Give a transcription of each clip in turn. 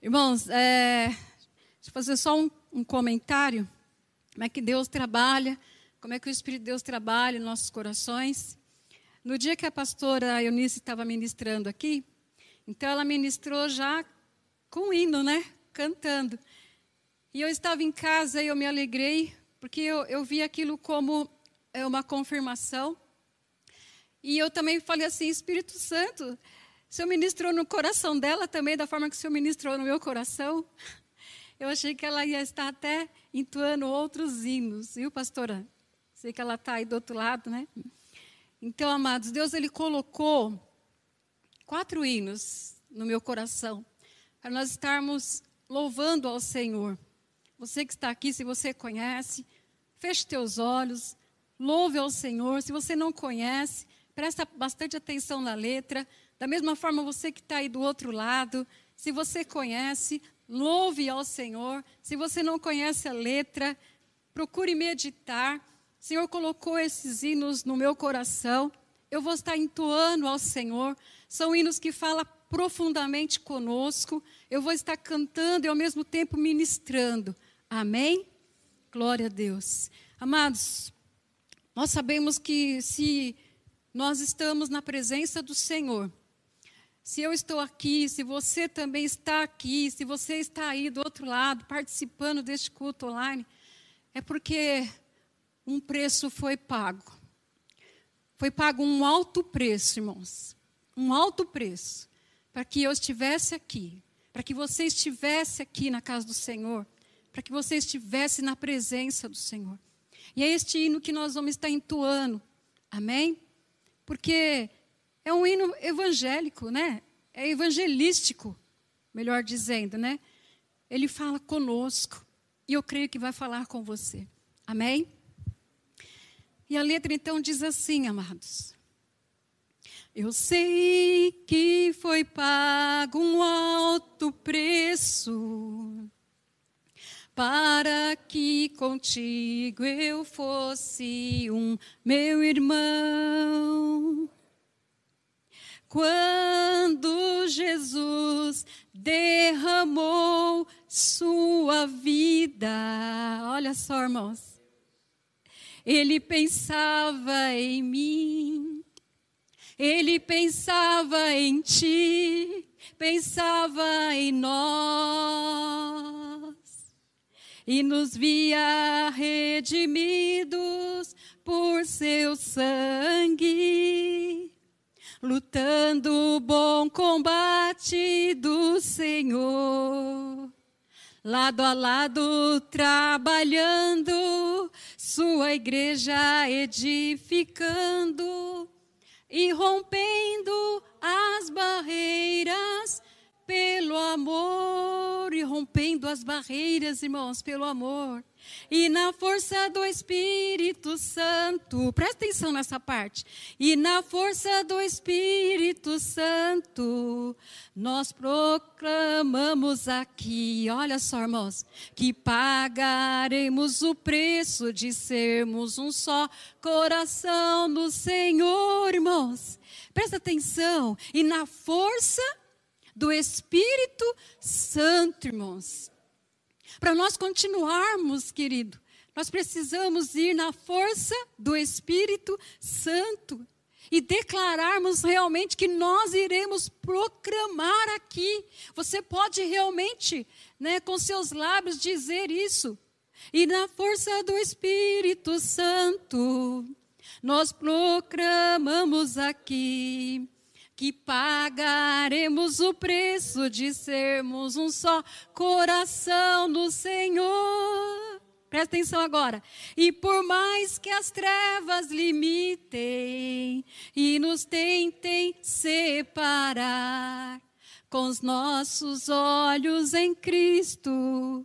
Irmãos, deixa eu fazer só um comentário. Como é que Deus trabalha, como é que o Espírito de Deus trabalha em nossos corações. No dia que a pastora Eunice estava ministrando aqui, então ela ministrou já com hino, né? Cantando. E eu estava em casa e eu me alegrei, porque eu vi aquilo como uma confirmação. E eu também falei assim, Espírito Santo, o Senhor ministrou no coração dela também, da forma que o Senhor ministrou no meu coração. Eu achei que ela ia estar até entoando outros hinos. Viu, pastora? Sei que ela está aí do outro lado, né? Então, amados, Deus ele colocou 4 hinos no meu coração, para nós estarmos louvando ao Senhor. Você que está aqui, se você conhece, feche teus olhos, louve ao Senhor. Se você não conhece, presta bastante atenção na letra. Da mesma forma, você que está aí do outro lado, se você conhece, louve ao Senhor. Se você não conhece a letra, procure meditar. O Senhor colocou esses hinos no meu coração. Eu vou estar entoando ao Senhor. São hinos que falam profundamente conosco. Eu vou estar cantando e ao mesmo tempo ministrando. Amém? Glória a Deus. Amados, nós sabemos que se nós estamos na presença do Senhor, se eu estou aqui, se você também está aqui, se você está aí do outro lado, participando deste culto online, é porque um preço foi pago. Foi pago um alto preço, irmãos. Um alto preço. Para que eu estivesse aqui. Para que você estivesse aqui na casa do Senhor. Para que você estivesse na presença do Senhor. E é este hino que nós vamos estar entoando. Amém? Porque é um hino evangélico, né? É evangelístico, melhor dizendo, né? Ele fala conosco. E eu creio que vai falar com você. Amém? E a letra então diz assim, amados. Eu sei que foi pago um alto preço para que contigo eu fosse um meu irmão. Quando Jesus derramou sua vida, olha só, irmãos, ele pensava em mim, ele pensava em ti, pensava em nós, e nos via redimidos por seu sangue, lutando o bom combate do Senhor. Lado a lado, trabalhando, sua igreja edificando e rompendo as barreiras pelo amor. E rompendo as barreiras, irmãos, pelo amor. E na força do Espírito Santo, presta atenção nessa parte. E na força do Espírito Santo, nós proclamamos aqui, olha só, irmãos, que pagaremos o preço de sermos um só coração no Senhor, irmãos. Presta atenção. E na força do Espírito Santo, irmãos. Para nós continuarmos, querido, nós precisamos ir na força do Espírito Santo e declararmos realmente que nós iremos proclamar aqui. Você pode realmente, né, com seus lábios dizer isso. E na força do Espírito Santo, nós proclamamos aqui que pagaremos o preço de sermos um só coração no Senhor. Presta atenção agora. E por mais que as trevas limitem e nos tentem separar, com os nossos olhos em Cristo,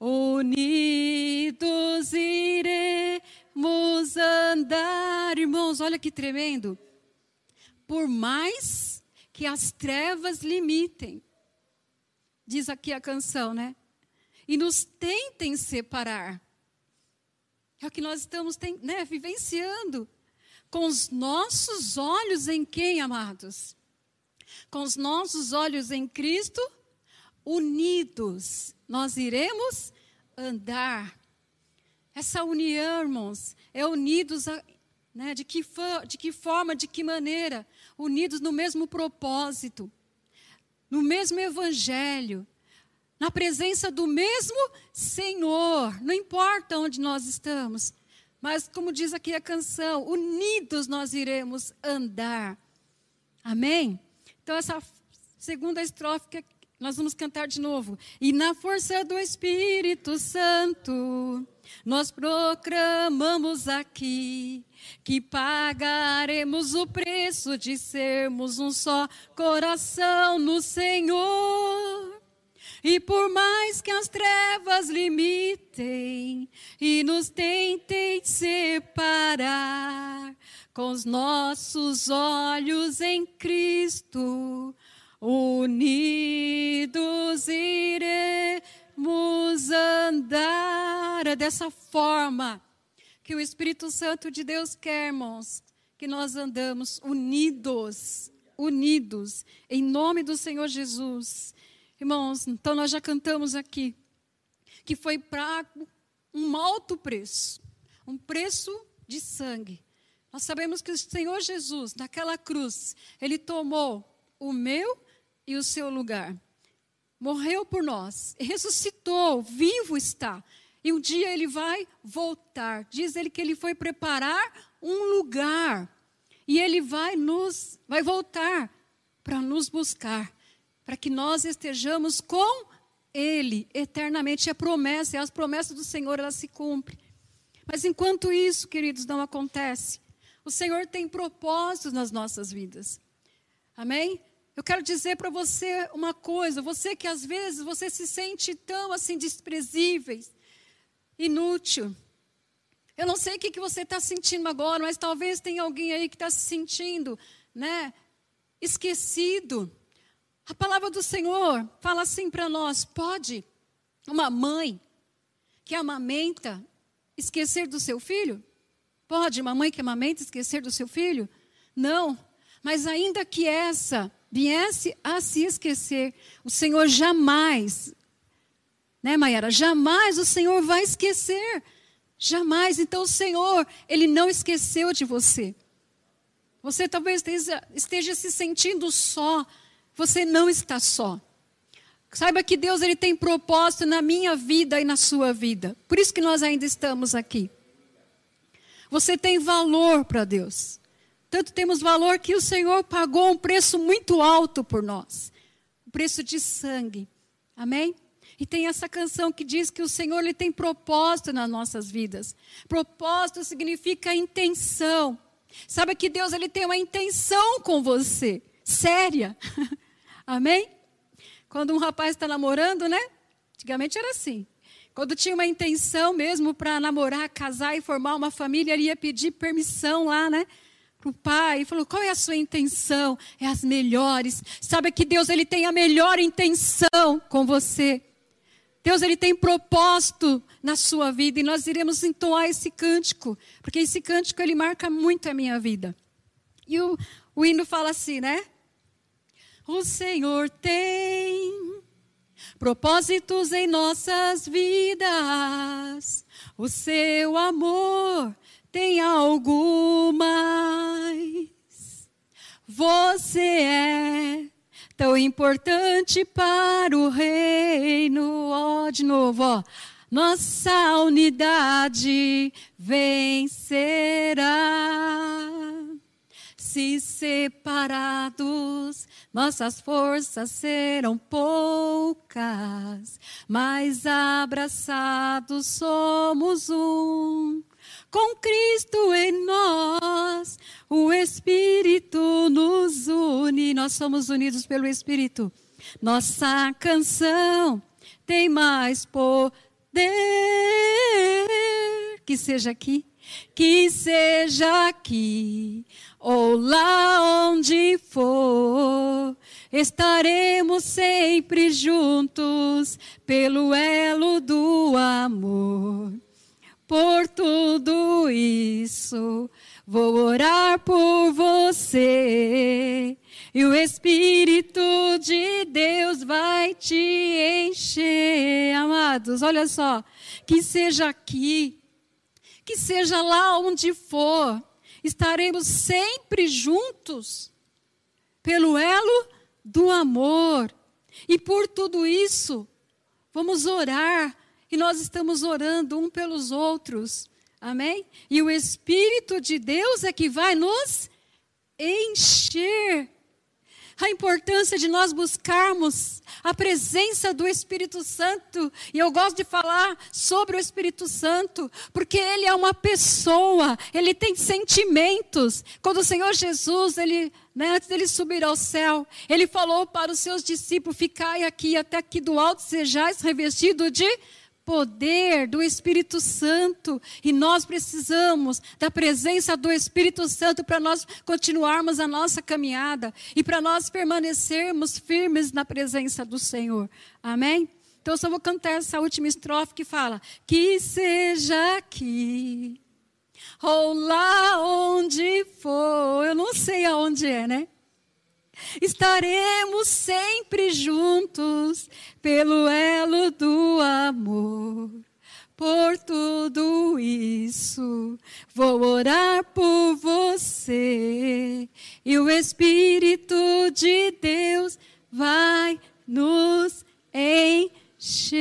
unidos iremos andar. Irmãos, olha que tremendo. Por mais que as trevas limitem, diz aqui a canção, né? E nos tentem separar. É o que nós estamos vivenciando. Com os nossos olhos em quem, amados? Com os nossos olhos em Cristo, unidos nós iremos andar. Essa união, irmãos, é unidos, né, de que forma, de que maneira? Unidos no mesmo propósito, no mesmo evangelho, na presença do mesmo Senhor. Não importa onde nós estamos, mas como diz aqui a canção, unidos nós iremos andar. Amém? Então essa segunda estrofe que nós vamos cantar de novo. E na força do Espírito Santo, nós proclamamos aqui que pagaremos o preço de sermos um só coração no Senhor. E por mais que as trevas limitem e nos tentem separar, com os nossos olhos em Cristo, unidos iremos andar. É dessa forma que o Espírito Santo de Deus quer, irmãos, que nós andamos unidos, em nome do Senhor Jesus. Irmãos, então nós já cantamos aqui, que foi pago um alto preço, um preço de sangue. Nós sabemos que o Senhor Jesus, naquela cruz, Ele tomou o meu e o seu lugar. Morreu por nós, ressuscitou, vivo está. E um dia Ele vai voltar. Diz Ele que Ele foi preparar um lugar. E Ele vai voltar para nos buscar, para que nós estejamos com Ele eternamente. A promessa, as promessas do Senhor, elas se cumprem. Mas enquanto isso, queridos, não acontece, o Senhor tem propósitos nas nossas vidas. Amém? Eu quero dizer para você uma coisa, você que às vezes você se sente tão assim desprezíveis, inútil. Eu não sei o que você está sentindo agora, mas talvez tenha alguém aí que está se sentindo, né, esquecido. A palavra do Senhor fala assim para nós: pode uma mãe que amamenta esquecer do seu filho? Pode uma mãe que amamenta esquecer do seu filho? Não, mas ainda que essa viesse a se esquecer, o Senhor jamais, né, Maiara? Jamais o Senhor vai esquecer, jamais. Então o Senhor, Ele não esqueceu de você. Você talvez esteja se sentindo só, você não está só. Saiba que Deus, Ele tem propósito na minha vida e na sua vida. Por isso que nós ainda estamos aqui. Você tem valor para Deus. Tanto temos valor que o Senhor pagou um preço muito alto por nós. Um preço de sangue. Amém? E tem essa canção que diz que o Senhor, Ele tem propósito nas nossas vidas. Propósito significa intenção. Sabe que Deus, Ele tem uma intenção com você. Séria. Amém? Quando um rapaz está namorando, né? Antigamente era assim. Quando tinha uma intenção mesmo para namorar, casar e formar uma família, ele ia pedir permissão lá, né? Para o pai. E falou: qual é a sua intenção? É as melhores. Sabe que Deus, Ele tem a melhor intenção com você. Deus, Ele tem propósito na sua vida. E nós iremos entoar esse cântico. Porque esse cântico, ele marca muito a minha vida. E o hino fala assim, né? O Senhor tem propósitos em nossas vidas. O seu amor tem algo mais. Você é tão importante para o reino. Ó, de novo, ó. Nossa unidade vencerá. Se separados, nossas forças serão poucas, mas abraçados somos um. Com Cristo em nós, o Espírito nos une. Nós somos unidos pelo Espírito. Nossa canção tem mais poder. Que seja aqui. Que seja aqui ou lá onde for, estaremos sempre juntos pelo elo do amor. Por tudo isso, vou orar por você E o Espírito de Deus vai te encher, amados. Olha só, que seja aqui, que seja lá onde for, estaremos sempre juntos pelo elo do amor. E por tudo isso, vamos orar. E nós estamos orando um pelos outros. Amém? E o Espírito de Deus é que vai nos encher. A importância de nós buscarmos a presença do Espírito Santo. E eu gosto de falar sobre o Espírito Santo, porque ele é uma pessoa, ele tem sentimentos. Quando o Senhor Jesus, antes dele subir ao céu, ele falou para os seus discípulos: ficai aqui, até aqui do alto sejais revestido de poder do Espírito Santo. E nós precisamos da presença do Espírito Santo para nós continuarmos a nossa caminhada e para nós permanecermos firmes na presença do Senhor. Amém? Então eu só vou cantar essa última estrofe que fala: que seja aqui ou lá onde for, eu não sei aonde é, né? Estaremos sempre juntos pelo elo do amor. Por tudo isso, vou orar por você. E o Espírito de Deus vai nos encher.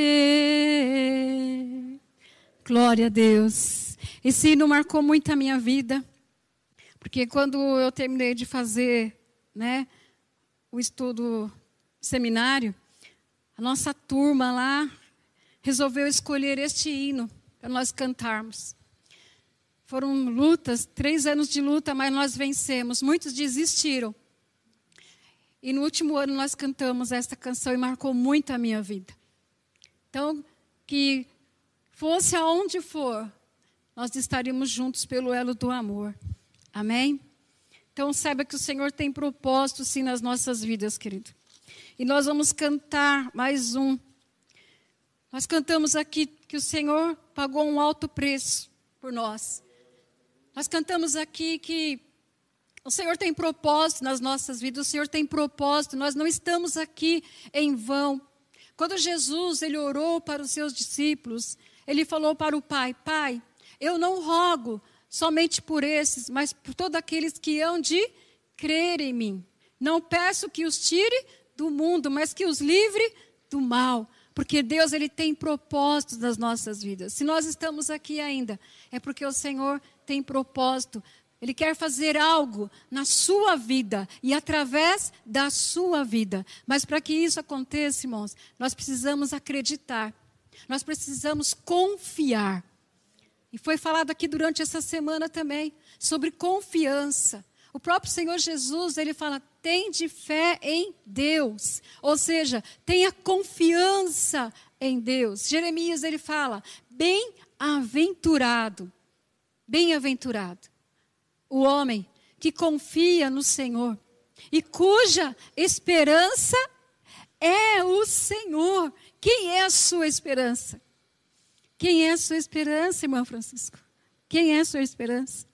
Glória a Deus. Esse hino marcou muito a minha vida, porque quando eu terminei de fazer, o estudo seminário, a nossa turma lá resolveu escolher este hino para nós cantarmos. Foram lutas, 3 anos de luta, mas nós vencemos. Muitos desistiram. E no último ano nós cantamos esta canção e marcou muito a minha vida. Então, que fosse aonde for, nós estaríamos juntos pelo elo do amor. Amém? Então, saiba que o Senhor tem propósito, sim, nas nossas vidas, querido. E nós vamos cantar mais um. Nós cantamos aqui que o Senhor pagou um alto preço por nós. Nós cantamos aqui que o Senhor tem propósito nas nossas vidas, o Senhor tem propósito, nós não estamos aqui em vão. Quando Jesus, ele orou para os seus discípulos, ele falou para o Pai: Pai, eu não rogo somente por esses, mas por todos aqueles que hão de crer em mim. Não peço que os tire do mundo, mas que os livre do mal. Porque Deus, ele tem propósitos nas nossas vidas. Se nós estamos aqui ainda, é porque o Senhor tem propósito. Ele quer fazer algo na sua vida e através da sua vida. Mas para que isso aconteça, irmãos, nós precisamos acreditar. Nós precisamos confiar. E foi falado aqui durante essa semana também sobre confiança. O próprio Senhor Jesus, ele fala: tende fé em Deus. Ou seja, tenha confiança em Deus. Jeremias, ele fala: bem-aventurado o homem que confia no Senhor e cuja esperança é o Senhor. Quem é a sua esperança? Quem é a sua esperança, irmão Francisco? Quem é a sua esperança?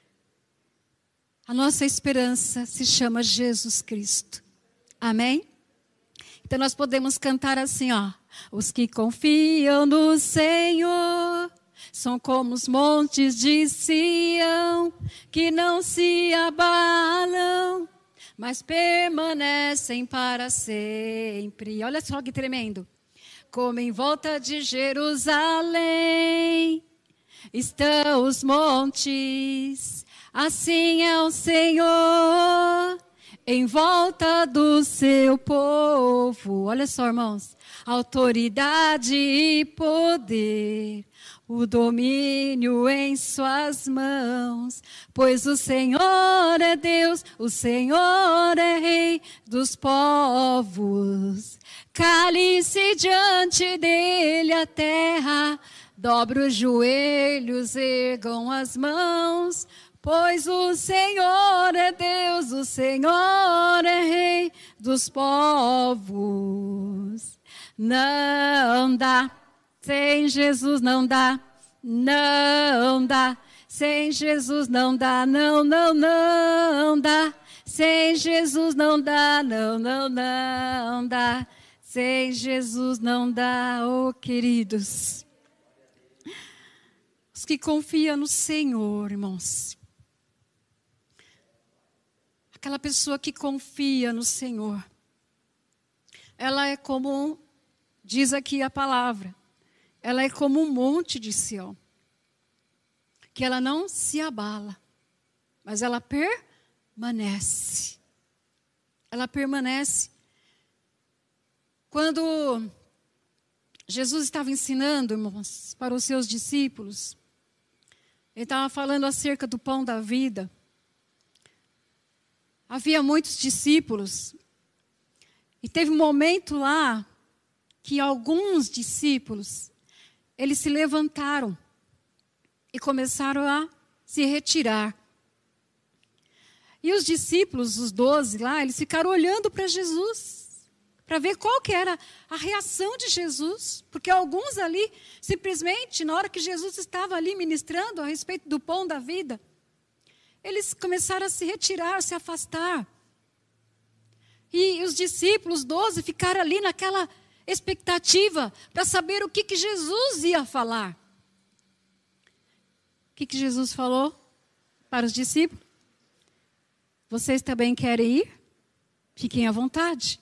A nossa esperança se chama Jesus Cristo. Amém? Então nós podemos cantar assim, ó: os que confiam no Senhor são como os montes de Sião, que não se abalam, mas permanecem para sempre. Olha só que tremendo. Como em volta de Jerusalém estão os montes, assim é o Senhor em volta do seu povo. Olha só, irmãos, autoridade e poder, o domínio em suas mãos, pois o Senhor é Deus, o Senhor é Rei dos povos. Cale-se diante dele a terra, dobre os joelhos, ergam as mãos, pois o Senhor é Deus, o Senhor é Rei dos povos. Não dá, sem Jesus não dá, não dá, sem Jesus não dá, não, não, não dá. Sem Jesus não dá, não, não, não dá. Sem Jesus não dá, oh queridos. Os que confiam no Senhor, irmãos. Aquela pessoa que confia no Senhor. Ela é como, diz aqui a palavra, ela é como um monte de Sião. Que ela não se abala, mas ela permanece. Ela permanece. Quando Jesus estava ensinando, irmãos, para os seus discípulos, ele estava falando acerca do pão da vida. Havia muitos discípulos, e teve um momento lá que alguns discípulos, eles se levantaram e começaram a se retirar. E os discípulos, os 12 lá, eles ficaram olhando para Jesus, para ver qual que era a reação de Jesus. Porque alguns ali, simplesmente, na hora que Jesus estava ali ministrando a respeito do pão da vida, eles começaram a se retirar, a se afastar. E os discípulos, 12, ficaram ali naquela expectativa para saber o que Jesus ia falar. O que Jesus falou para os discípulos? Vocês também querem ir? Fiquem à vontade.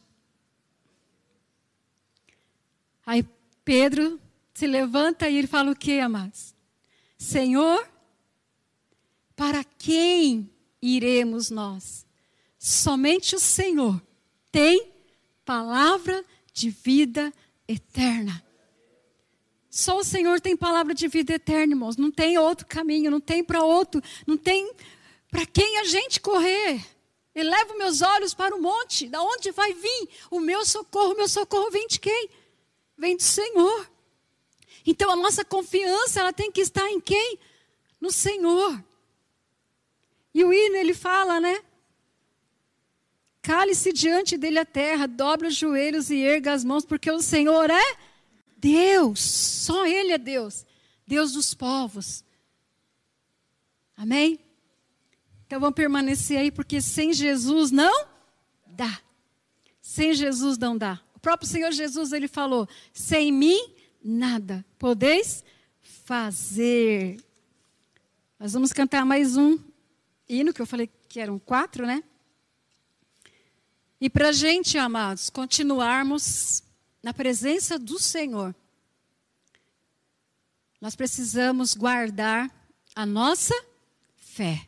Aí Pedro se levanta e ele fala o quê, amados? Senhor, para quem iremos nós? Somente o Senhor tem palavra de vida eterna. Só o Senhor tem palavra de vida eterna, irmãos. Não tem outro caminho, não tem para outro, não tem para quem a gente correr. Elevo meus olhos para o monte, da onde vai vir o meu socorro vem de quem? Vem do Senhor. Então a nossa confiança, ela tem que estar em quem? No Senhor. E o hino, ele fala, né? Cale-se diante dele a terra, dobre os joelhos e erga as mãos, porque o Senhor é Deus, só Ele é Deus, Deus dos povos. Amém? Então vamos permanecer aí, porque sem Jesus não dá. Sem Jesus não dá. O próprio Senhor Jesus, Ele falou, sem mim nada podeis fazer. Nós vamos cantar mais um hino, que eu falei que eram 4, né? E para a gente, amados, continuarmos na presença do Senhor, nós precisamos guardar a nossa fé.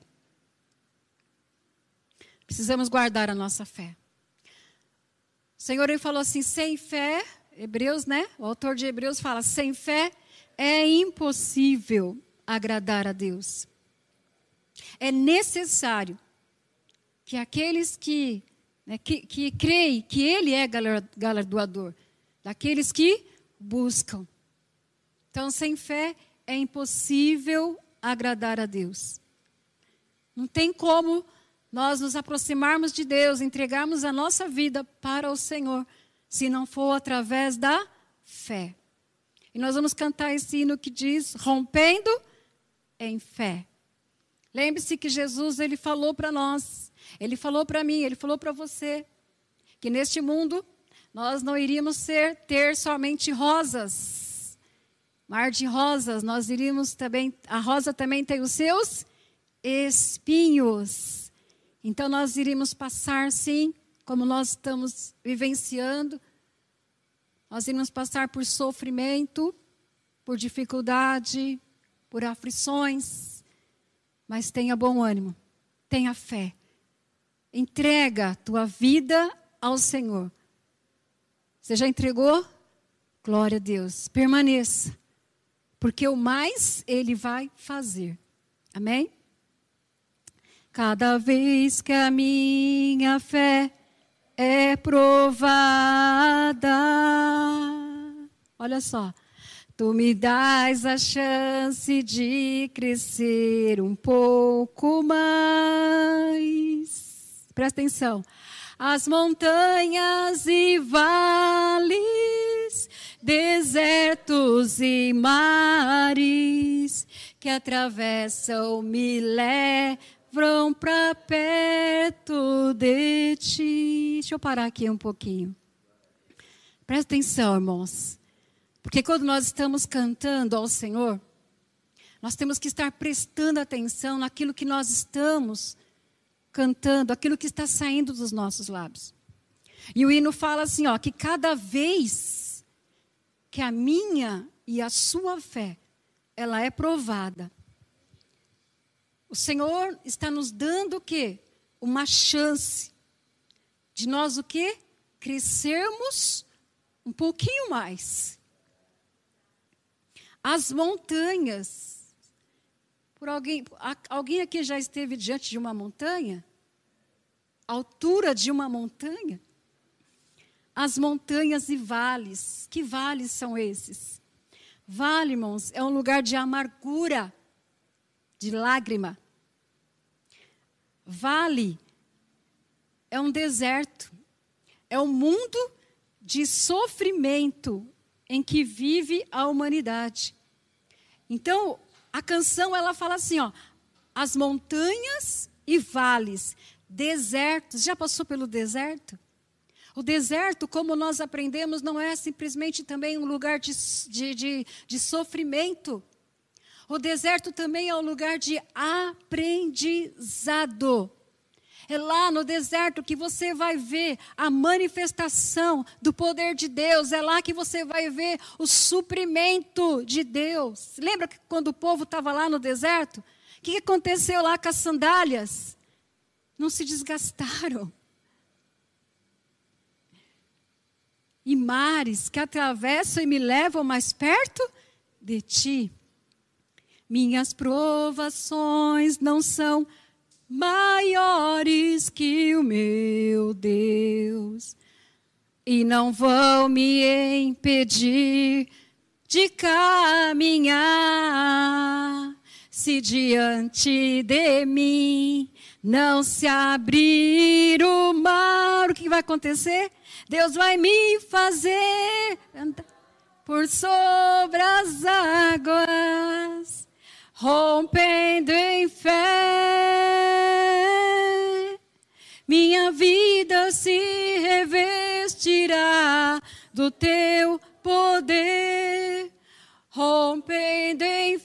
Precisamos guardar a nossa fé. O Senhor, ele falou assim, sem fé, Hebreus, né? O autor de Hebreus fala, sem fé é impossível agradar a Deus. É necessário que aqueles que creem que Ele é galardoador, daqueles que buscam. Então, sem fé é impossível agradar a Deus. Não tem como nós nos aproximarmos de Deus, entregarmos a nossa vida para o Senhor, se não for através da fé. E nós vamos cantar esse hino que diz, rompendo em fé. Lembre-se que Jesus, ele falou para nós, ele falou para mim, ele falou para você, que neste mundo nós não iríamos ter somente rosas, mar de rosas, nós iríamos também, a rosa também tem os seus espinhos. Então nós iríamos passar, sim, como nós estamos vivenciando, nós iríamos passar por sofrimento, por dificuldade, por aflições, mas tenha bom ânimo, tenha fé. Entrega a tua vida ao Senhor. Você já entregou? Glória a Deus. Permaneça, porque o mais Ele vai fazer. Amém? Cada vez que a minha fé é provada, olha só, tu me dás a chance de crescer um pouco mais. Presta atenção. As montanhas e vales, desertos e mares que atravessam me levam vão para perto de ti. Deixa eu parar aqui um pouquinho. Presta atenção, irmãos. Porque quando nós estamos cantando ao Senhor, nós temos que estar prestando atenção naquilo que nós estamos cantando, aquilo que está saindo dos nossos lábios. E o hino fala assim, ó, que cada vez que a minha e a sua fé, ela é provada, o Senhor está nos dando o quê? Uma chance de nós o quê? Crescermos um pouquinho mais. As montanhas. Alguém aqui já esteve diante de uma montanha? Altura de uma montanha? As montanhas e vales. Que vales são esses? Vale, irmãos, é um lugar de amargura, de lágrima. Vale é um deserto. É um mundo de sofrimento em que vive a humanidade. Então, a canção, ela fala assim, ó, as montanhas e vales, desertos. Já passou pelo deserto? O deserto, como nós aprendemos, não é simplesmente também um lugar de sofrimento. O deserto também é um lugar de aprendizado. É lá no deserto que você vai ver a manifestação do poder de Deus. É lá que você vai ver o suprimento de Deus. Lembra que quando o povo estava lá no deserto? O que aconteceu lá com as sandálias? Não se desgastaram. E mares que atravessam e me levam mais perto de ti. Minhas provações não são maiores que o meu Deus, e não vão me impedir de caminhar, se diante de mim não se abrir o mar. O que vai acontecer? Deus vai me fazer andar por sobre as águas, rompendo em fé, minha vida se revestirá do teu poder, rompendo em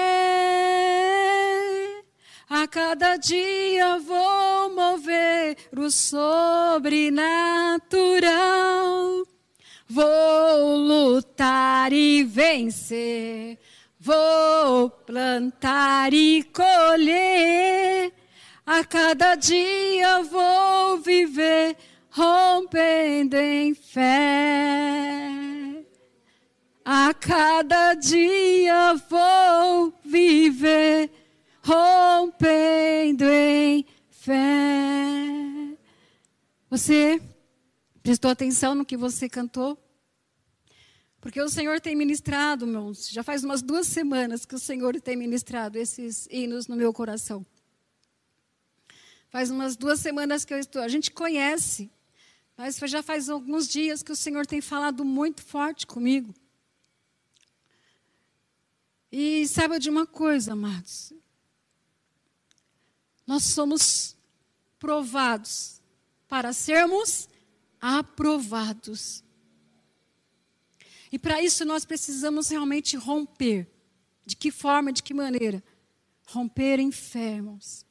fé, a cada dia vou mover o sobrenatural, vou lutar e vencer, vou plantar e colher, a cada dia vou viver, rompendo em fé. A cada dia vou viver, rompendo em fé. Você prestou atenção no que você cantou? Porque o Senhor tem ministrado, irmãos, já faz umas 2 semanas que o Senhor tem ministrado esses hinos no meu coração. Faz umas 2 semanas que a gente conhece, mas já faz alguns dias que o Senhor tem falado muito forte comigo. E saiba de uma coisa, amados, nós somos provados para sermos aprovados. E para isso nós precisamos realmente romper. De que forma, de que maneira? Romper em fé, irmãos.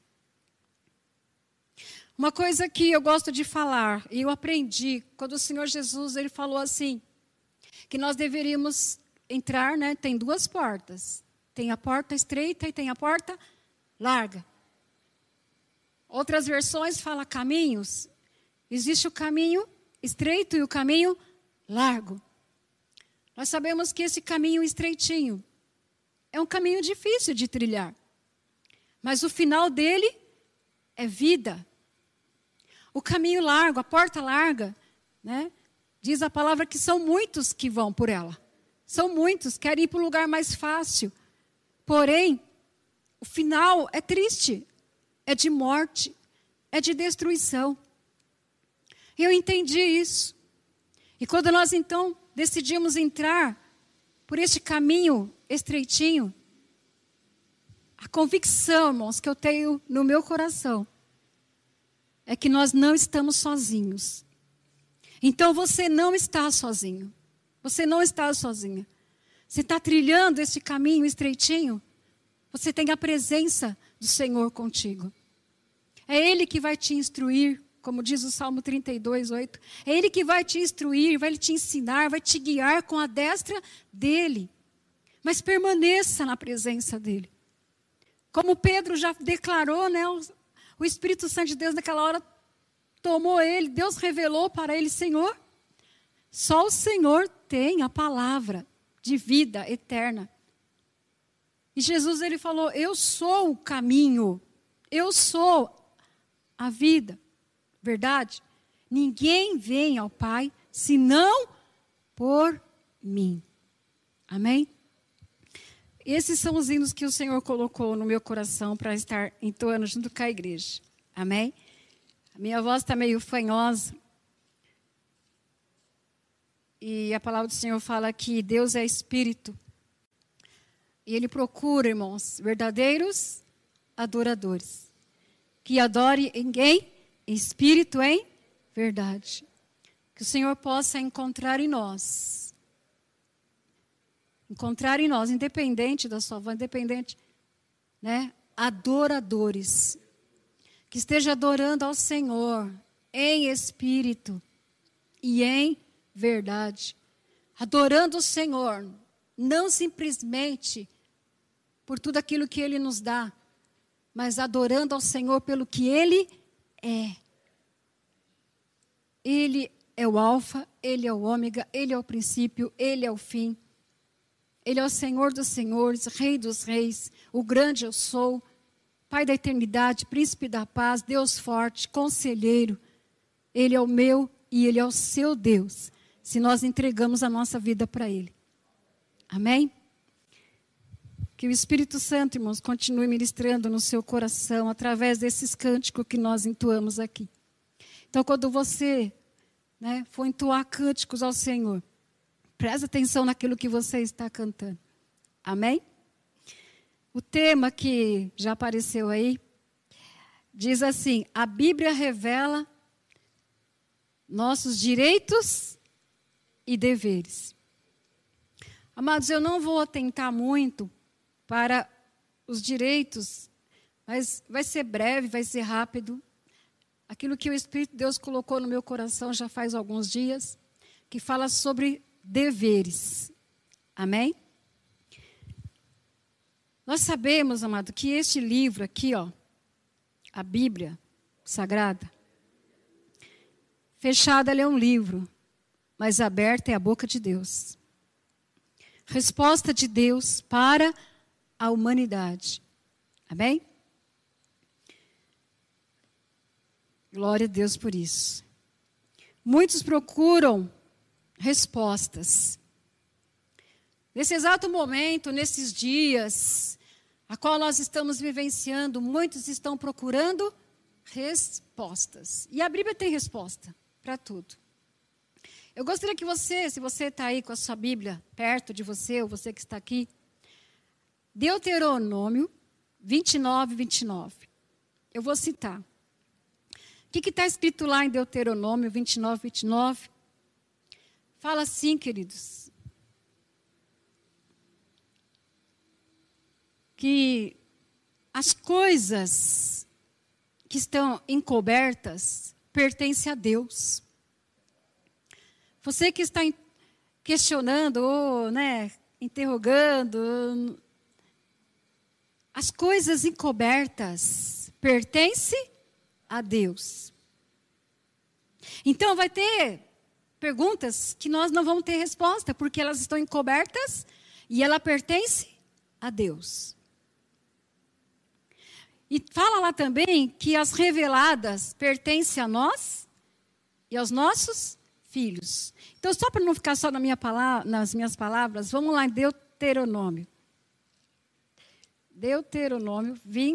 Uma coisa que eu gosto de falar, e eu aprendi, quando o Senhor Jesus ele falou assim, que nós deveríamos entrar, né? Tem 2 portas. Tem a porta estreita e tem a porta larga. Outras versões falam caminhos. Existe o caminho estreito e o caminho largo. Nós sabemos que esse caminho estreitinho é um caminho difícil de trilhar. Mas o final dele é vida. O caminho largo, a porta larga, né? Diz a palavra que são muitos que vão por ela. São muitos, querem ir para o lugar mais fácil. Porém, o final é triste, é de morte, é de destruição. Eu entendi isso. E quando nós então decidimos entrar por este caminho estreitinho, A convicção, irmãos, que eu tenho no meu coração é que nós não estamos sozinhos. Então você não está sozinho. Você não está sozinha. Você está trilhando esse caminho estreitinho. Você tem a presença do Senhor contigo. É Ele que vai te instruir, como diz o Salmo 32:8. É Ele que vai te instruir, vai te ensinar, vai te guiar com a destra dEle. Mas permaneça na presença dEle. Como Pedro já declarou, né? O Espírito Santo de Deus naquela hora tomou ele. Deus revelou para ele: Senhor, só o Senhor tem a palavra de vida eterna. E Jesus, ele falou: eu sou o caminho, eu sou a vida. Verdade? Ninguém vem ao Pai senão por mim. Amém? Esses são os hinos que o Senhor colocou no meu coração para estar entoando junto com a igreja. Amém? A minha voz está meio fanhosa. E a palavra do Senhor fala que Deus é Espírito. E Ele procura, irmãos, verdadeiros adoradores. Que adore em quem? Em espírito, em verdade. Que o Senhor possa encontrar em nós. Encontrar em nós, independente da sua voz, independente, né? Adoradores. Que esteja adorando ao Senhor em espírito e em verdade. Adorando o Senhor, não simplesmente por tudo aquilo que Ele nos dá, mas adorando ao Senhor pelo que Ele é. Ele é o alfa, Ele é o ômega, Ele é o princípio, Ele é o fim. Ele é o Senhor dos senhores, Rei dos reis, o grande eu sou, Pai da eternidade, Príncipe da paz, Deus forte, Conselheiro. Ele é o meu e Ele é o seu Deus, se nós entregamos a nossa vida para Ele. Amém? Que o Espírito Santo, irmãos, continue ministrando no seu coração através desses cânticos que nós entoamos aqui. Então, quando você, né, for entoar cânticos ao Senhor, presta atenção naquilo que você está cantando. Amém? O tema que já apareceu aí diz assim: a Bíblia revela nossos direitos e deveres. Amados, eu não vou atentar muito para os direitos, mas vai ser breve, vai ser rápido. Aquilo que o Espírito de Deus colocou no meu coração já faz alguns dias, que fala sobre deveres. Amém? Nós sabemos, amado, que este livro aqui, ó, a Bíblia Sagrada, fechada ela é um livro, mas aberta é a boca de Deus. Resposta de Deus para a humanidade. Amém? Glória a Deus por isso. Muitos procuram respostas. Nesse exato momento, nesses dias, a qual nós estamos vivenciando, muitos estão procurando respostas. E a Bíblia tem resposta para tudo. Eu gostaria que você, se você está aí com a sua Bíblia perto de você, ou você que está aqui, Deuteronômio 29:29. Eu vou citar. O que está escrito lá em Deuteronômio 29:29? Fala assim, queridos, que as coisas que estão encobertas pertencem a Deus. Você que está questionando ou, né, interrogando, as coisas encobertas pertencem a Deus. Então vai ter perguntas que nós não vamos ter resposta, porque elas estão encobertas e ela pertence a Deus. E fala lá também que as reveladas pertencem a nós e aos nossos filhos. Então, só para não ficar só nas minhas palavras, vamos lá em Deuteronômio. Deuteronômio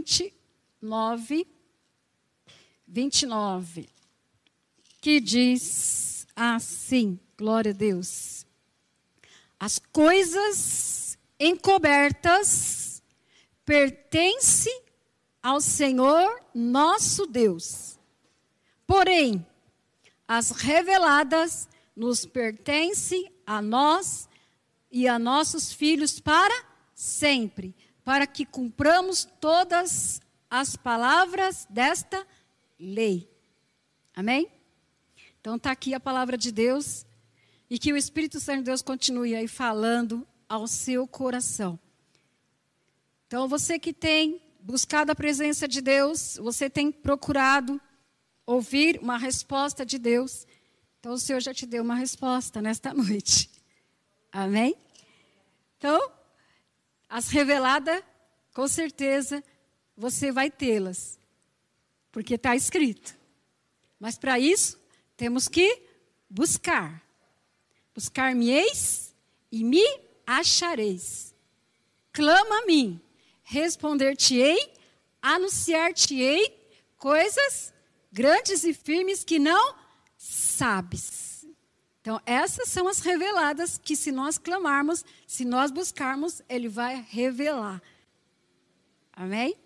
29, que diz assim, glória a Deus: as coisas encobertas pertence ao Senhor nosso Deus. Porém, as reveladas nos pertencem a nós e a nossos filhos para sempre, para que cumpramos todas as palavras desta lei. Amém? Então está aqui a palavra de Deus e que o Espírito Santo de Deus continue aí falando ao seu coração. Então você que tem buscado a presença de Deus, você tem procurado ouvir uma resposta de Deus, então o Senhor já te deu uma resposta nesta noite. Amém? Então, as reveladas, com certeza, você vai tê-las, porque está escrito. Mas para isso, temos que buscar. Buscar-me-eis e me achareis. Clama a mim, responder-te-ei, anunciar-te-ei coisas grandes e firmes que não sabes. Então, essas são as reveladas que se nós clamarmos, se nós buscarmos, Ele vai revelar. Amém?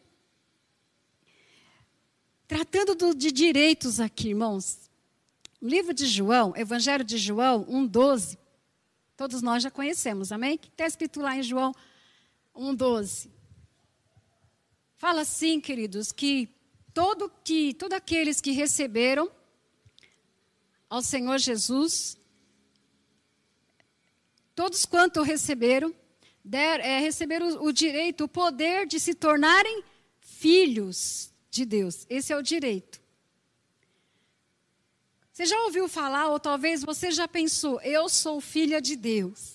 Tratando de direitos aqui, irmãos. O livro de João, Evangelho de João 1,12, todos nós já conhecemos, amém? Que está escrito lá em João 1,12. Fala assim, queridos, que todos aqueles que receberam ao Senhor Jesus, todos quanto receberam, receberam o direito, o poder de se tornarem filhos de Deus. Esse é o direito. Você já ouviu falar, ou talvez você já pensou, eu sou filha de Deus.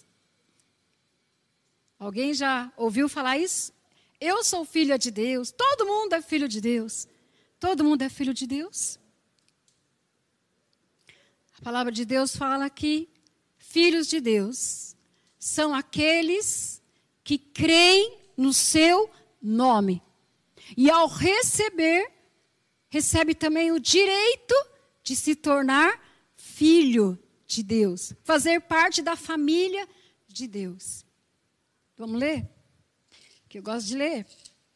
Alguém já ouviu falar isso? Eu sou filha de Deus. Todo mundo é filho de Deus. Todo mundo é filho de Deus. A palavra de Deus fala que filhos de Deus são aqueles que creem no seu nome. E ao receber, recebe também o direito de se tornar filho de Deus. Fazer parte da família de Deus. Vamos ler? Que eu gosto de ler.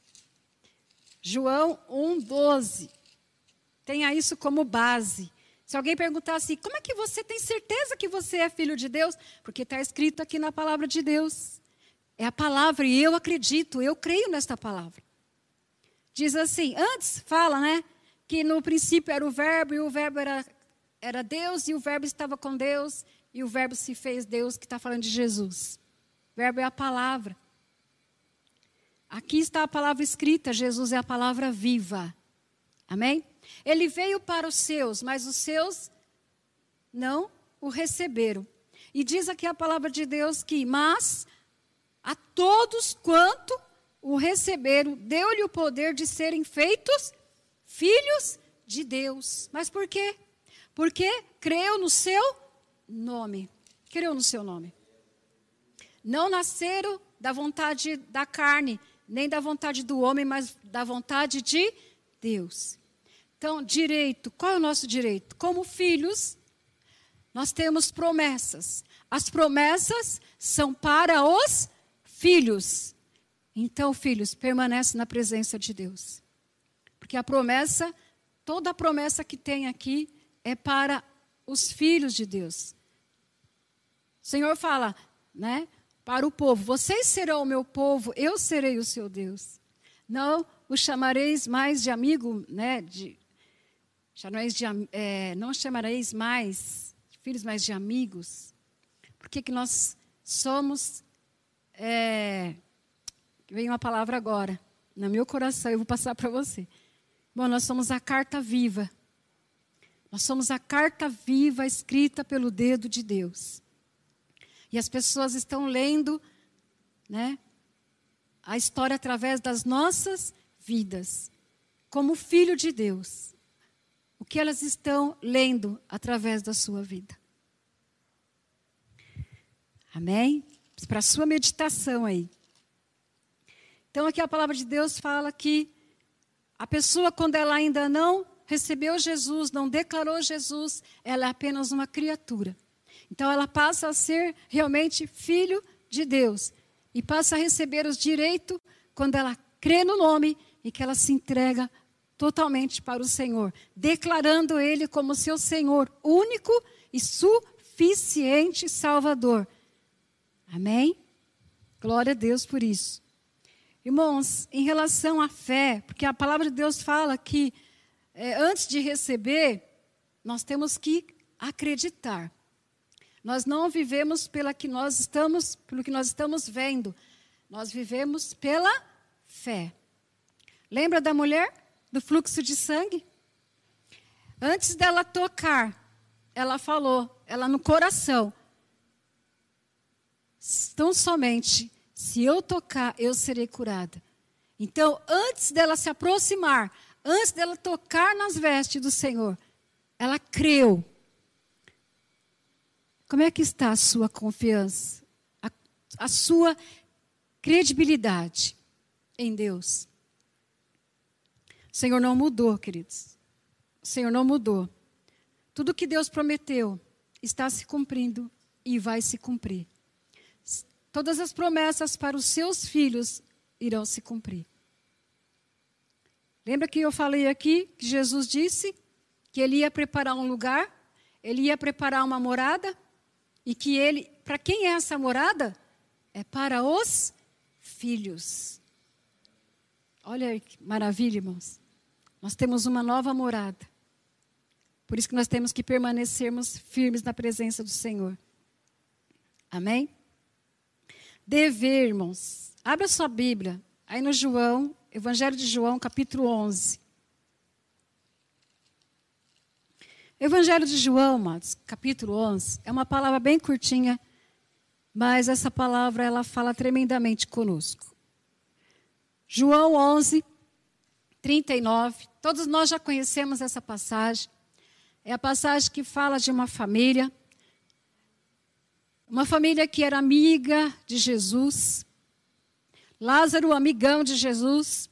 João 1,12. Tenha isso como base. Se alguém perguntar assim, como é que você tem certeza que você é filho de Deus? Porque está escrito aqui na palavra de Deus. É a palavra e eu acredito, eu creio nesta palavra. Diz assim, antes fala, né? Que no princípio era o verbo e o verbo era Deus e o verbo estava com Deus e o verbo se fez Deus, que está falando de Jesus. O verbo é a palavra. Aqui está a palavra escrita, Jesus é a palavra viva. Amém? Ele veio para os seus, mas os seus não o receberam. E diz aqui a palavra de Deus que, mas a todos quanto o receberam, deu-lhe o poder de serem feitos filhos de Deus. Mas por quê? Porque creu no seu nome. Creu no seu nome. Não nasceram da vontade da carne, nem da vontade do homem, mas da vontade de Deus. Então, direito, qual é o nosso direito? Como filhos, nós temos promessas. As promessas são para os filhos. Então, filhos, permanece na presença de Deus. Porque a promessa, toda a promessa que tem aqui é para os filhos de Deus. O Senhor fala, né, para o povo, vocês serão o meu povo, eu serei o seu Deus. Não os chamareis mais de amigo, né, não chamareis mais filhos, mais de amigos. Porque que nós somos, veio uma palavra agora, no meu coração, eu vou passar para você. Bom, nós somos a carta viva. Nós somos a carta viva escrita pelo dedo de Deus. E as pessoas estão lendo, né, a história através das nossas vidas. Como filho de Deus. O que elas estão lendo através da sua vida. Amém? Para a sua meditação aí. Então aqui a palavra de Deus fala que a pessoa, quando ela ainda não recebeu Jesus, não declarou Jesus, ela é apenas uma criatura. Então ela passa a ser realmente filho de Deus. E passa a receber os direitos quando ela crê no nome e que ela se entrega totalmente para o Senhor, declarando Ele como seu Senhor único e suficiente Salvador. Amém? Glória a Deus por isso. Irmãos, em relação à fé, porque a palavra de Deus fala que antes de receber, nós temos que acreditar. Nós não vivemos pelo que nós estamos vendo. Nós vivemos pela fé. Lembra da mulher do fluxo de sangue? Antes dela tocar, ela falou, ela no coração, tão somente, se eu tocar, eu serei curada. Então, antes dela se aproximar, antes dela tocar nas vestes do Senhor, ela creu. Como é que está a sua confiança? A sua credibilidade em Deus? O Senhor não mudou, queridos. O Senhor não mudou. Tudo que Deus prometeu está se cumprindo e vai se cumprir. Todas as promessas para os seus filhos irão se cumprir. Lembra que eu falei aqui que Jesus disse que Ele ia preparar um lugar, Ele ia preparar uma morada, e que Ele, para quem é essa morada? É para os filhos. Olha que maravilha, irmãos. Nós temos uma nova morada. Por isso que nós temos que permanecermos firmes na presença do Senhor. Amém? Dever, irmãos. Abra sua Bíblia. Aí no João, Evangelho de João, capítulo 11. Evangelho de João, amados, capítulo 11, é uma palavra bem curtinha, mas essa palavra ela fala tremendamente conosco. João 11, 39, todos nós já conhecemos essa passagem. É a passagem que fala de uma família que era amiga de Jesus. Lázaro, amigão de Jesus,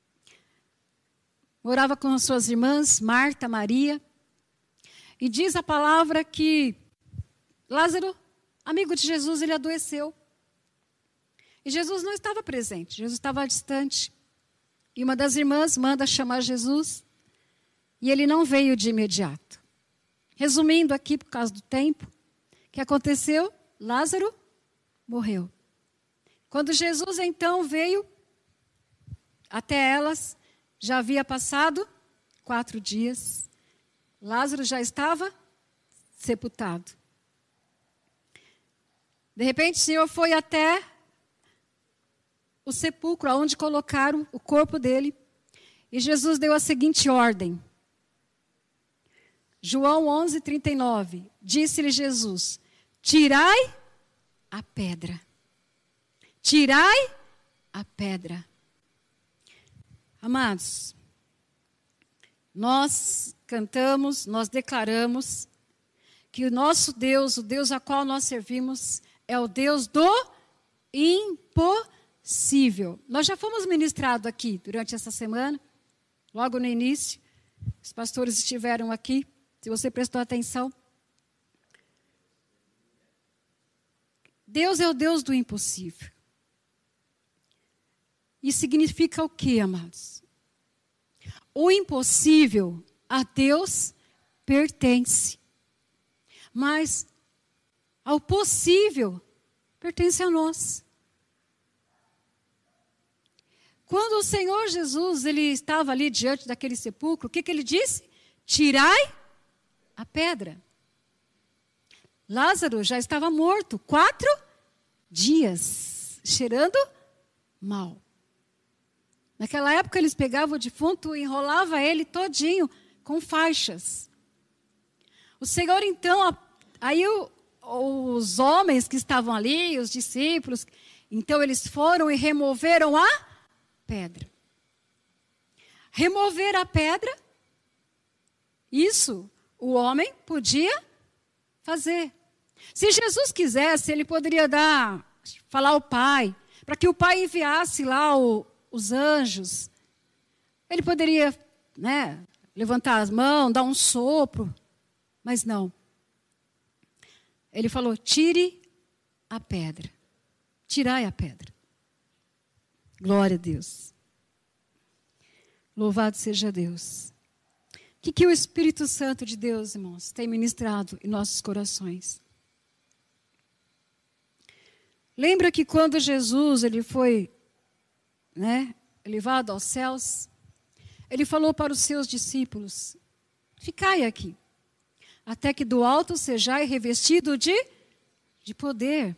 morava com as suas irmãs, Marta, Maria. E diz a palavra que Lázaro, amigo de Jesus, ele adoeceu. E Jesus não estava presente, Jesus estava distante. E uma das irmãs manda chamar Jesus e ele não veio de imediato. Resumindo aqui, por causa do tempo, o que aconteceu? Lázaro morreu. Quando Jesus então veio até elas, já havia passado 4 dias. Lázaro já estava sepultado. De repente, o Senhor foi até o sepulcro, onde colocaram o corpo dele. E Jesus deu a seguinte ordem. João 11, 39. Disse-lhe Jesus, tirai a pedra. Tirai a pedra. Amados, nós cantamos, nós declaramos que o nosso Deus, o Deus a qual nós servimos, é o Deus do impossível. Nós já fomos ministrados aqui durante essa semana, logo no início. Os pastores estiveram aqui, se você prestou atenção. Deus é o Deus do impossível. Isso significa o quê, amados? O impossível a Deus pertence. Mas ao possível pertence a nós. Quando o Senhor Jesus ele estava ali diante daquele sepulcro, o que ele disse? Tirai a pedra. Lázaro já estava morto 4 dias, cheirando mal. Naquela época eles pegavam o defunto e enrolavam ele todinho com faixas. O Senhor então, aí os homens que estavam ali, os discípulos, então eles foram e removeram a pedra. Remover a pedra, isso o homem podia fazer. Se Jesus quisesse, ele poderia falar ao Pai, para que o Pai enviasse lá os anjos. Ele poderia, levantar as mãos, dar um sopro, mas não. Ele falou, tire a pedra. Tirai a pedra. Glória a Deus. Louvado seja Deus. O que o Espírito Santo de Deus, irmãos, tem ministrado em nossos corações? Lembra que quando Jesus ele foi, levado aos céus, ele falou para os seus discípulos: ficai aqui, até que do alto sejais revestido de poder.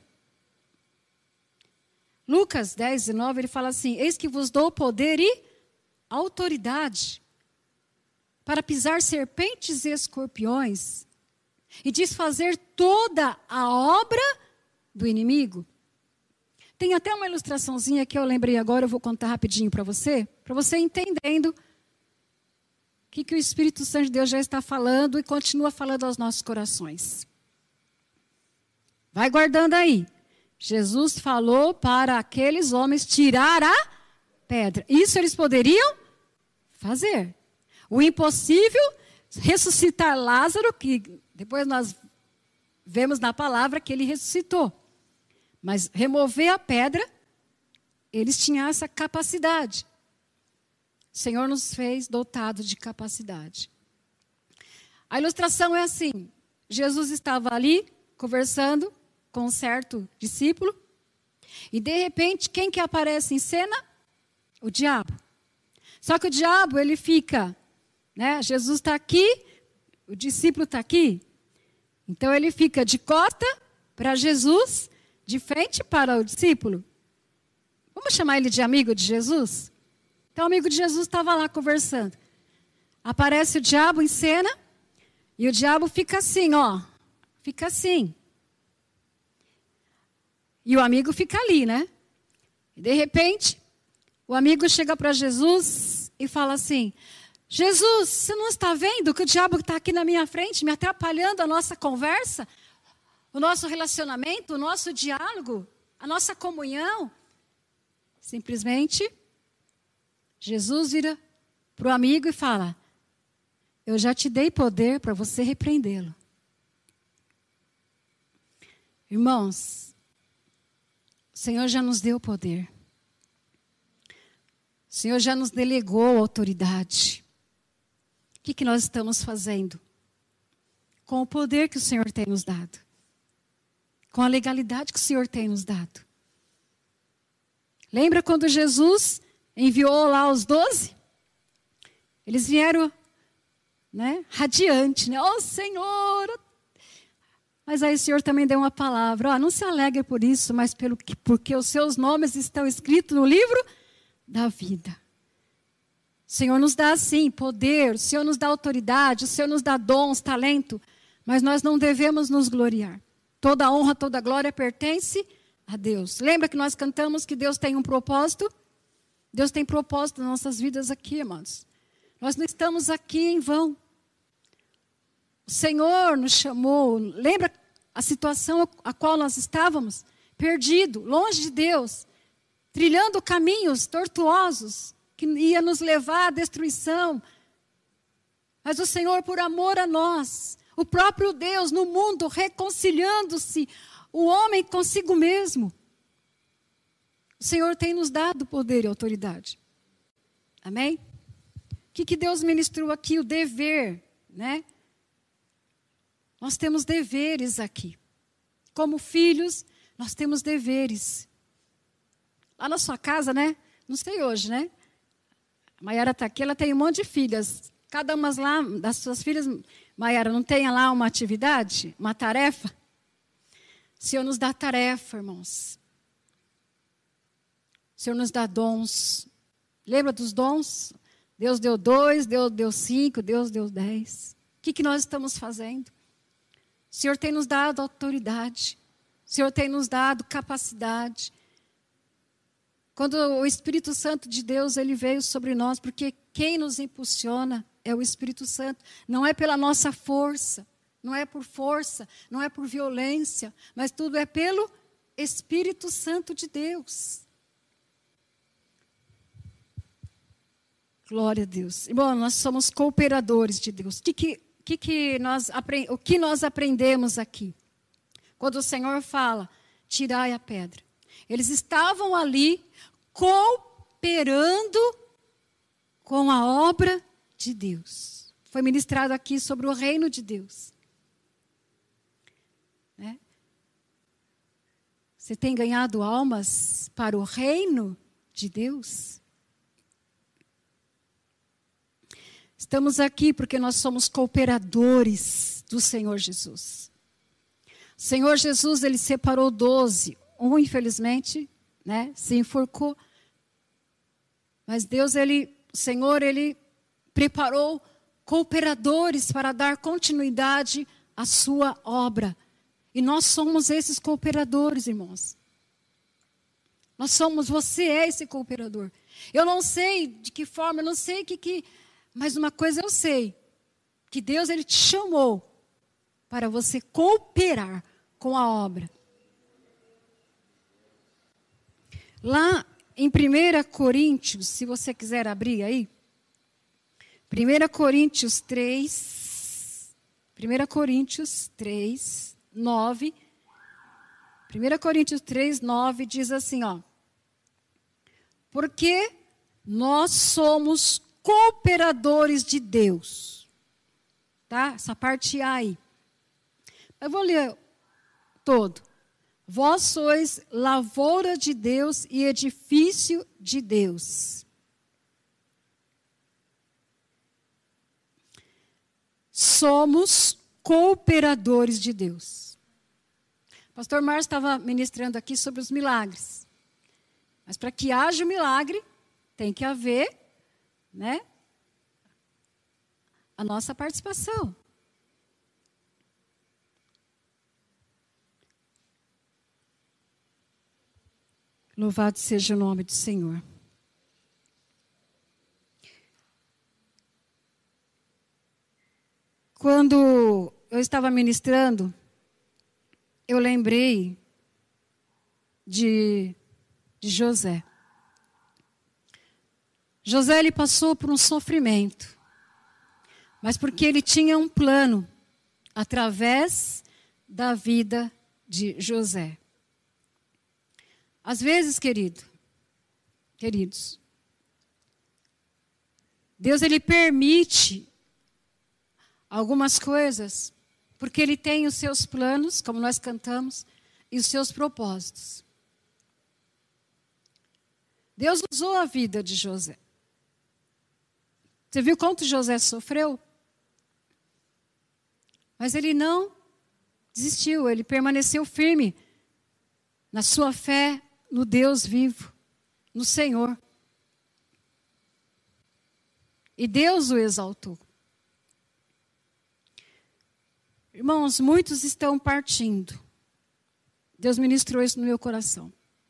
Lucas 10, 19, ele fala assim: eis que vos dou poder e autoridade para pisar serpentes e escorpiões e desfazer toda a obra do inimigo. Tem até uma ilustraçãozinha que eu lembrei agora, eu vou contar rapidinho para você entendendo o que o Espírito Santo de Deus já está falando e continua falando aos nossos corações. Vai guardando aí. Jesus falou para aqueles homens tirar a pedra. Isso eles poderiam fazer. O impossível, ressuscitar Lázaro, que depois nós vemos na palavra que ele ressuscitou. Mas remover a pedra, eles tinham essa capacidade. O Senhor nos fez dotado de capacidade. A ilustração é assim: Jesus estava ali conversando com um certo discípulo e de repente quem que aparece em cena? O diabo. Só que o diabo ele fica, Jesus está aqui, o discípulo está aqui, então ele fica de cota para Jesus, de frente para o discípulo. Vamos chamar ele de amigo de Jesus? Então o amigo de Jesus estava lá conversando. Aparece o diabo em cena e o diabo fica assim, fica assim. E o amigo fica ali, E de repente, o amigo chega para Jesus e fala assim: Jesus, você não está vendo que o diabo está aqui na minha frente, me atrapalhando a nossa conversa, o nosso relacionamento, o nosso diálogo, a nossa comunhão? Simplesmente, Jesus vira para o amigo e fala: eu já te dei poder para você repreendê-lo. Irmãos, o Senhor já nos deu poder. O Senhor já nos delegou autoridade. O que nós estamos fazendo? Com o poder que o Senhor tem nos dado. Com a legalidade que o Senhor tem nos dado. Lembra quando Jesus enviou lá os 12? Eles vieram, radiante, Ó Senhor! Mas aí o Senhor também deu uma palavra: não se alegre por isso, mas porque os seus nomes estão escritos no livro da vida. O Senhor nos dá, sim, poder, o Senhor nos dá autoridade, o Senhor nos dá dons, talento, mas nós não devemos nos gloriar. Toda honra, toda glória pertence a Deus. Lembra que nós cantamos que Deus tem um propósito? Deus tem propósito nas nossas vidas aqui, irmãos. Nós não estamos aqui em vão. O Senhor nos chamou. Lembra a situação a qual nós estávamos? Perdido, longe de Deus, trilhando caminhos tortuosos que ia nos levar à destruição. Mas o Senhor, por amor a nós, o próprio Deus no mundo, reconciliando-se o homem consigo mesmo. O Senhor tem nos dado poder e autoridade. Amém? O que Deus ministrou aqui? O dever, Nós temos deveres aqui. Como filhos, nós temos deveres. Lá na sua casa, Não sei hoje, A Maiara está aqui, ela tem um monte de filhas. Cada uma lá, das suas filhas, Maiara, não tem lá uma atividade, uma tarefa? O Senhor nos dá tarefa, irmãos. O Senhor nos dá dons. Lembra dos dons? Deus deu 2, Deus deu 5, Deus deu 10. O que nós estamos fazendo? O Senhor tem nos dado autoridade. O Senhor tem nos dado capacidade. Quando o Espírito Santo de Deus, ele veio sobre nós, porque quem nos impulsiona é o Espírito Santo. Não é pela nossa força, não é por força, não é por violência, mas tudo é pelo Espírito Santo de Deus. Glória a Deus. Bom, nós somos cooperadores de Deus. O que nós aprendemos aqui? Quando o Senhor fala, tirai a pedra. Eles estavam ali cooperando com a obra de Deus. Foi ministrado aqui sobre o reino de Deus. Né? Você tem ganhado almas para o reino de Deus? Estamos aqui porque nós somos cooperadores do Senhor Jesus. O Senhor Jesus, ele separou 12. Um, infelizmente, né, se enforcou. Mas Deus, o Senhor, ele preparou cooperadores para dar continuidade à sua obra. E nós somos esses cooperadores, irmãos. Você é esse cooperador. Eu não sei de que forma, eu não sei mas uma coisa eu sei, que Deus, ele te chamou para você cooperar com a obra. Lá em 1 Coríntios, se você quiser abrir aí, 1 Coríntios 3, 9, 1 Coríntios 3, 9 diz assim, ó. Porque nós somos cooperadores de Deus. Tá? Essa parte A aí. Eu vou ler todo. Vós sois lavoura de Deus e edifício de Deus. Somos cooperadores de Deus. O pastor Márcio estava ministrando aqui sobre os milagres. Mas para que haja o milagre, tem que haver, né, a nossa participação. Louvado seja o nome do Senhor. Quando eu estava ministrando, eu lembrei de José. José, ele passou por um sofrimento, mas porque ele tinha um plano através da vida de José. Às vezes, queridos, Deus, ele permite algumas coisas, porque ele tem os seus planos, como nós cantamos, e os seus propósitos. Deus usou a vida de José. Você viu quanto José sofreu? Mas ele não desistiu, ele permaneceu firme na sua fé no Deus vivo, no Senhor. E Deus o exaltou. Irmãos, muitos estão partindo. Deus ministrou isso no meu coração.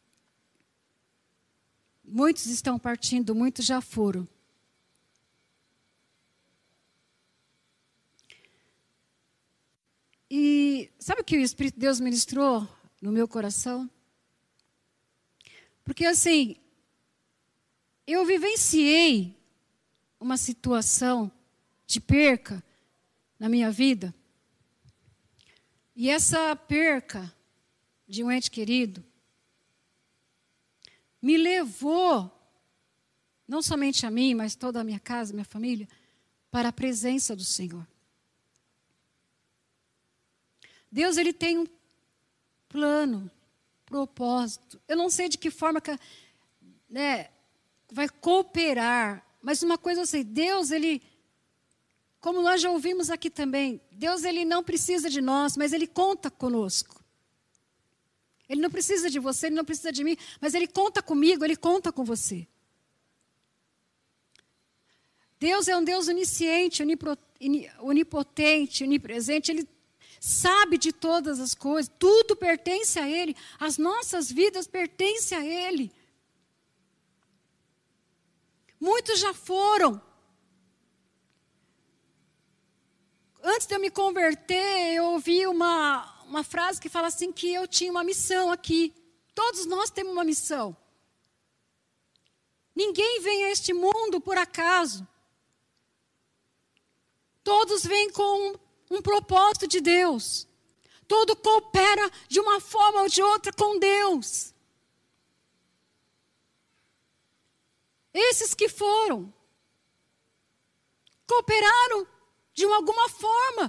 Muitos estão partindo, muitos já foram. E sabe o que o Espírito de Deus ministrou no meu coração? Porque assim, eu vivenciei uma situação de perca na minha vida. E essa perca de um ente querido me levou, não somente a mim, mas toda a minha casa, minha família, para a presença do Senhor. Deus, ele tem um plano, propósito. Eu não sei de que forma vai cooperar, mas uma coisa eu sei, Deus, ele, como nós já ouvimos aqui também, Deus, ele não precisa de nós, mas ele conta conosco. Ele não precisa de você, ele não precisa de mim, mas ele conta comigo, ele conta com você. Deus é um Deus onisciente, onipotente, onipresente, ele sabe de todas as coisas, tudo pertence a Ele, as nossas vidas pertencem a Ele. Muitos já foram. Antes de eu me converter, eu ouvi uma frase que fala assim, que eu tinha uma missão aqui. Todos nós temos uma missão. Ninguém vem a este mundo por acaso. Todos vêm com um propósito de Deus. Todo coopera de uma forma ou de outra com Deus. Esses que foram, cooperaram de alguma forma.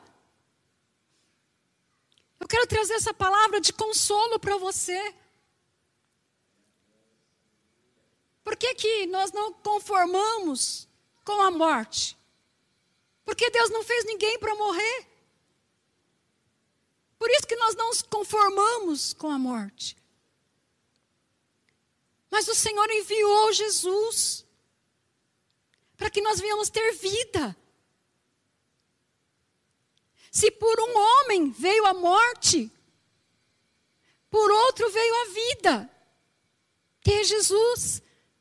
Eu quero trazer essa palavra de consolo para você. Por que nós não conformamos com a morte? Porque Deus não fez ninguém para morrer. Por isso que nós não nos conformamos com a morte. Mas o Senhor enviou Jesus para que nós venhamos ter vida. Se por um homem veio a morte, por outro veio a vida, que é Jesus.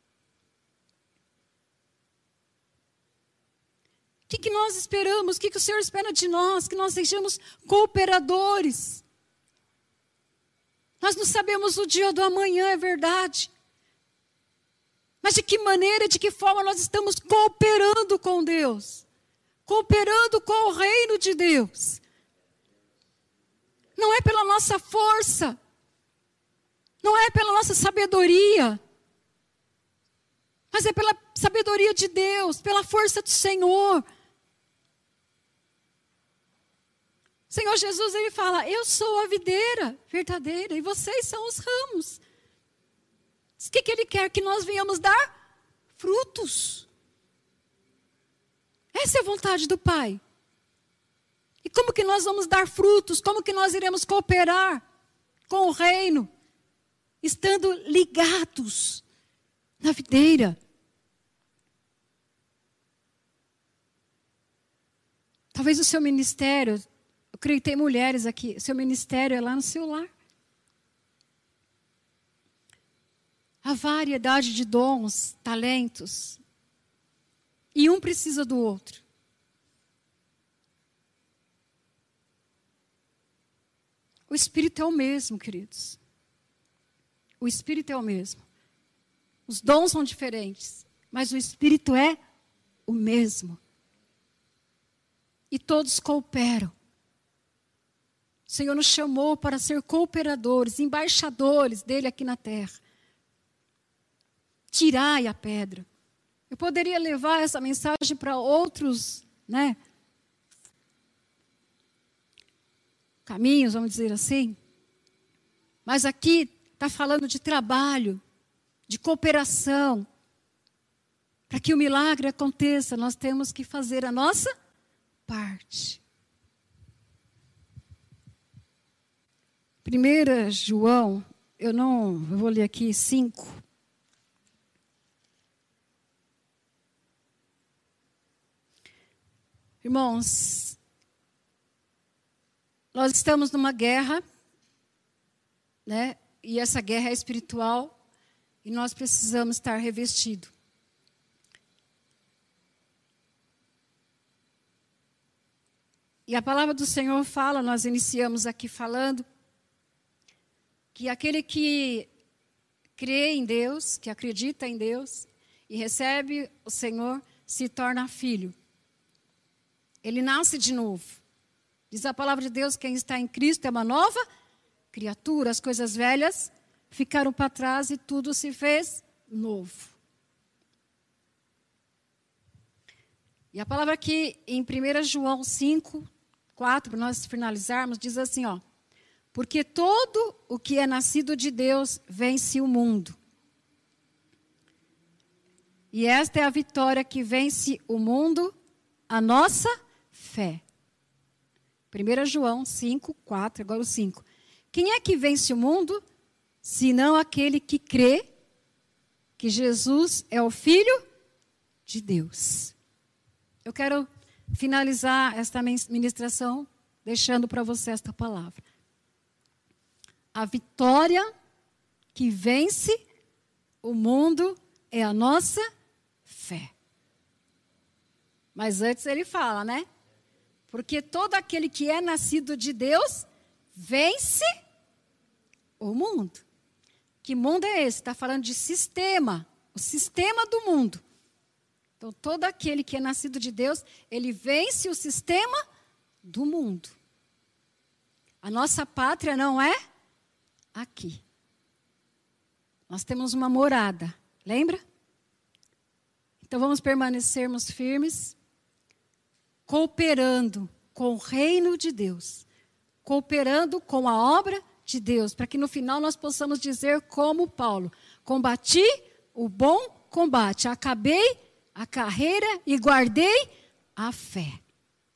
O que nós esperamos? O que o Senhor espera de nós? Que nós sejamos cooperadores. Nós não sabemos o dia do amanhã, é verdade. Mas de que maneira, de que forma nós estamos cooperando com Deus? Cooperando com o reino de Deus. Não é pela nossa força. Não é pela nossa sabedoria. Mas é pela sabedoria de Deus, pela força do Senhor. Senhor Jesus, Ele fala, eu sou a videira verdadeira e vocês são os ramos. O que Ele quer? Que nós venhamos dar frutos. Essa é a vontade do Pai. E como que nós vamos dar frutos? Como que nós iremos cooperar com o reino? Estando ligados na videira. Talvez o seu ministério, eu creio que tem mulheres aqui, o seu ministério é lá no seu lar. A variedade de dons, talentos. E um precisa do outro. O Espírito é o mesmo, queridos. O Espírito é o mesmo. Os dons são diferentes, mas o Espírito é o mesmo. E todos cooperam. O Senhor nos chamou para ser cooperadores, embaixadores dele aqui na terra. Tirai a pedra. Eu poderia levar essa mensagem para outros, caminhos, vamos dizer assim. Mas aqui está falando de trabalho, de cooperação. Para que o milagre aconteça, nós temos que fazer a nossa parte. 1 João, eu vou ler aqui 5. Irmãos, nós estamos numa guerra, e essa guerra é espiritual, e nós precisamos estar revestidos. E a palavra do Senhor fala, nós iniciamos aqui falando, que aquele que crê em Deus, que acredita em Deus, e recebe o Senhor, se torna filho. Ele nasce de novo. Diz a palavra de Deus, quem está em Cristo é uma nova criatura. As coisas velhas ficaram para trás e tudo se fez novo. E a palavra aqui em 1 João 5, 4, para nós finalizarmos, diz assim, porque todo o que é nascido de Deus vence o mundo. E esta é a vitória que vence o mundo, a nossa fé. 1 João 5, 4, agora o 5. Quem é que vence o mundo, senão aquele que crê que Jesus é o Filho de Deus? Eu quero finalizar esta ministração deixando para você esta palavra. A vitória que vence o mundo é a nossa fé. Mas antes ele fala, Porque todo aquele que é nascido de Deus vence o mundo. Que mundo é esse? Está falando de sistema. O sistema do mundo. Então, todo aquele que é nascido de Deus, ele vence o sistema do mundo. A nossa pátria não é aqui. Nós temos uma morada. Lembra? Então, vamos permanecermos firmes. cooperando com o reino de Deus, cooperando com a obra de Deus, para que no final nós possamos dizer como Paulo: combati o bom combate, acabei a carreira e guardei a fé.